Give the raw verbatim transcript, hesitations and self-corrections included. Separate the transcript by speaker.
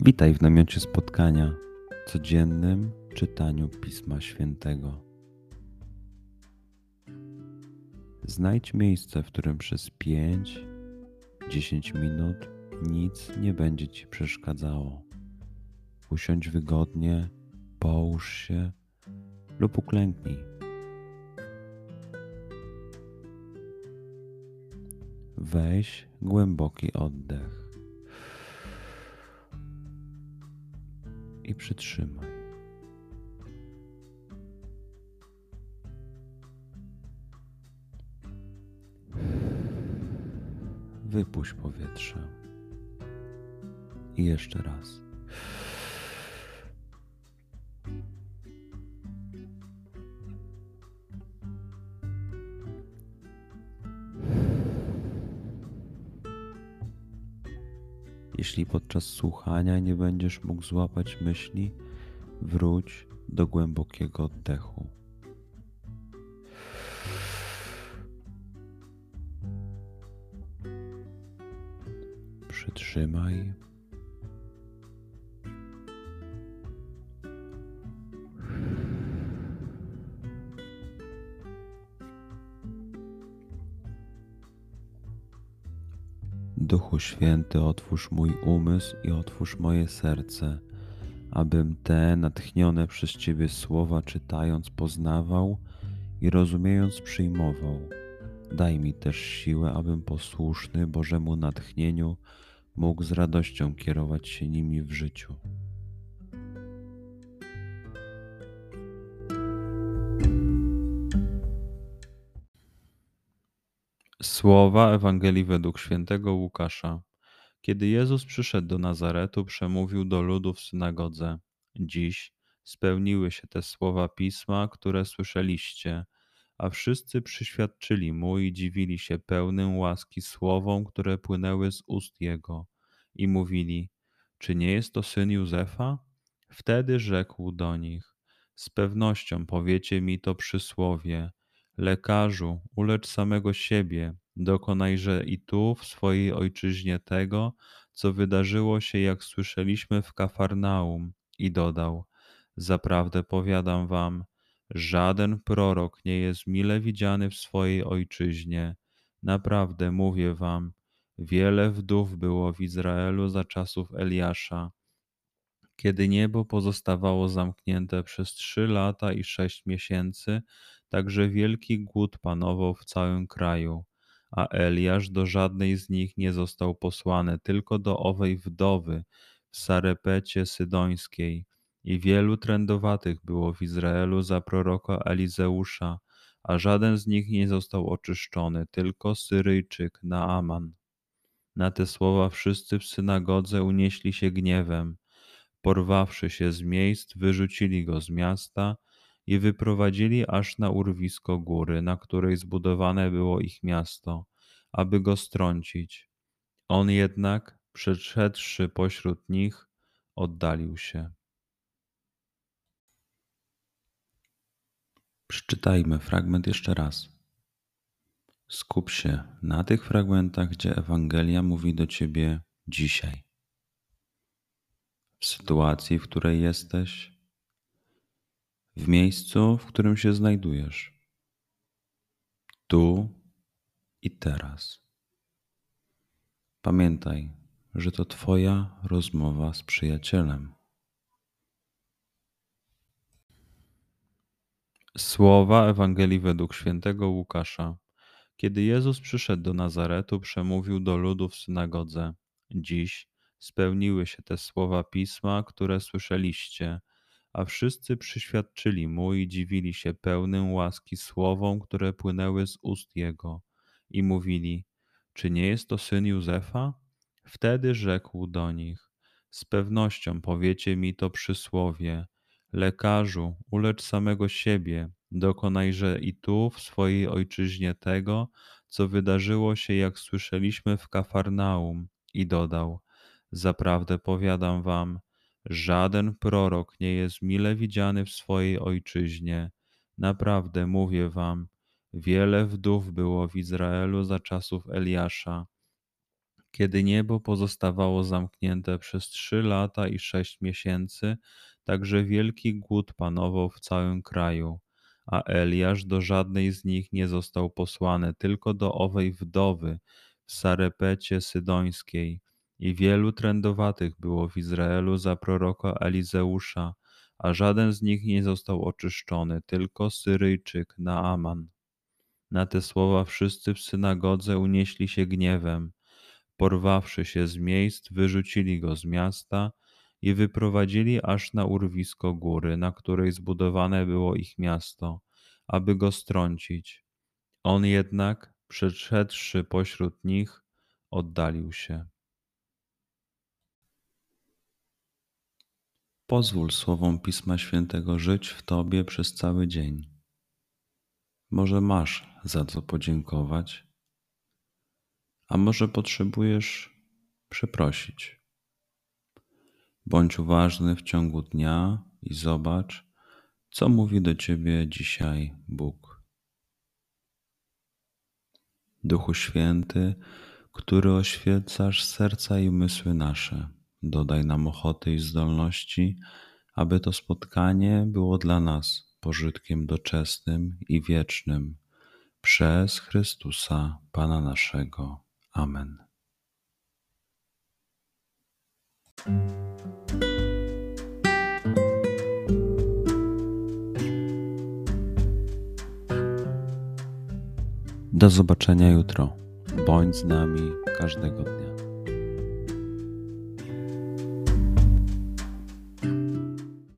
Speaker 1: Witaj w namiocie spotkania, codziennym czytaniu Pisma Świętego. Znajdź miejsce, w którym przez pięć do dziesięciu minut nic nie będzie Ci przeszkadzało. Usiądź wygodnie, połóż się lub uklęknij. Weź głęboki oddech i przytrzymaj. Wypuść powietrze. I jeszcze raz. Jeśli podczas słuchania nie będziesz mógł złapać myśli, wróć do głębokiego oddechu. Przytrzymaj. Duchu Święty, otwórz mój umysł i otwórz moje serce, abym te natchnione przez Ciebie słowa czytając poznawał i rozumiejąc przyjmował. Daj mi też siłę, abym posłuszny Bożemu natchnieniu mógł z radością kierować się nimi w życiu. Słowa Ewangelii według świętego Łukasza. Kiedy Jezus przyszedł do Nazaretu, przemówił do ludu w synagodze: Dziś spełniły się te słowa Pisma, które słyszeliście, a wszyscy przyświadczyli mu i dziwili się pełnym łaski słowom, które płynęły z ust Jego, i mówili: Czy nie jest to syn Józefa? Wtedy rzekł do nich: Z pewnością powiecie mi to przysłowie: Lekarzu, ulecz samego siebie, dokonajże i tu, w swojej ojczyźnie tego, co wydarzyło się, jak słyszeliśmy w Kafarnaum. I dodał: Zaprawdę powiadam wam, żaden prorok nie jest mile widziany w swojej ojczyźnie. Naprawdę mówię wam, wiele wdów było w Izraelu za czasów Eliasza, kiedy niebo pozostawało zamknięte przez trzy lata i sześć miesięcy, także wielki głód panował w całym kraju. A Eliasz do żadnej z nich nie został posłany, tylko do owej wdowy w Sarepecie Sydońskiej. I wielu trędowatych było w Izraelu za proroka Elizeusza, a żaden z nich nie został oczyszczony, tylko Syryjczyk Naaman. Na te słowa wszyscy w synagodze unieśli się gniewem. Porwawszy się z miejsc, wyrzucili go z miasta i wyprowadzili aż na urwisko góry, na której zbudowane było ich miasto, aby go strącić. On jednak, przeszedłszy pośród nich, oddalił się. Przeczytajmy fragment jeszcze raz. Skup się na tych fragmentach, gdzie Ewangelia mówi do Ciebie dzisiaj. W sytuacji, w której jesteś, w miejscu, w którym się znajdujesz, tu i teraz. Pamiętaj, że to Twoja rozmowa z przyjacielem. Słowa Ewangelii według świętego Łukasza. Kiedy Jezus przyszedł do Nazaretu, przemówił do ludu w synagodze: Dziś spełniły się te słowa Pisma, które słyszeliście, a wszyscy przyświadczyli mu i dziwili się pełnym łaski słowom, które płynęły z ust Jego, i mówili: Czy nie jest to syn Józefa? Wtedy rzekł do nich: Z pewnością powiecie mi to przysłowie: Lekarzu, ulecz samego siebie, dokonajże i tu, w swojej ojczyźnie tego, co wydarzyło się, jak słyszeliśmy w Kafarnaum. I dodał: Zaprawdę powiadam wam, żaden prorok nie jest mile widziany w swojej ojczyźnie. Naprawdę mówię wam, wiele wdów było w Izraelu za czasów Eliasza, Kiedy niebo pozostawało zamknięte przez trzy lata i sześć miesięcy, także wielki głód panował w całym kraju, a Eliasz do żadnej z nich nie został posłany, tylko do owej wdowy w Sarepecie Sydońskiej. I wielu trędowatych było w Izraelu za proroka Elizeusza, a żaden z nich nie został oczyszczony, tylko Syryjczyk Naaman. Na te słowa wszyscy w synagodze unieśli się gniewem. Porwawszy się z miejsc, wyrzucili go z miasta i wyprowadzili aż na urwisko góry, na której zbudowane było ich miasto, aby go strącić. On jednak, przeszedłszy pośród nich, oddalił się. Pozwól słowom Pisma Świętego żyć w Tobie przez cały dzień. Może masz za co podziękować, a może potrzebujesz przeprosić. Bądź uważny w ciągu dnia i zobacz, co mówi do Ciebie dzisiaj Bóg. Duchu Święty, który oświecasz serca i umysły nasze, dodaj nam ochoty i zdolności, aby to spotkanie było dla nas pożytkiem doczesnym i wiecznym. Przez Chrystusa, Pana naszego. Amen. Do zobaczenia jutro. Bądź z nami każdego dnia.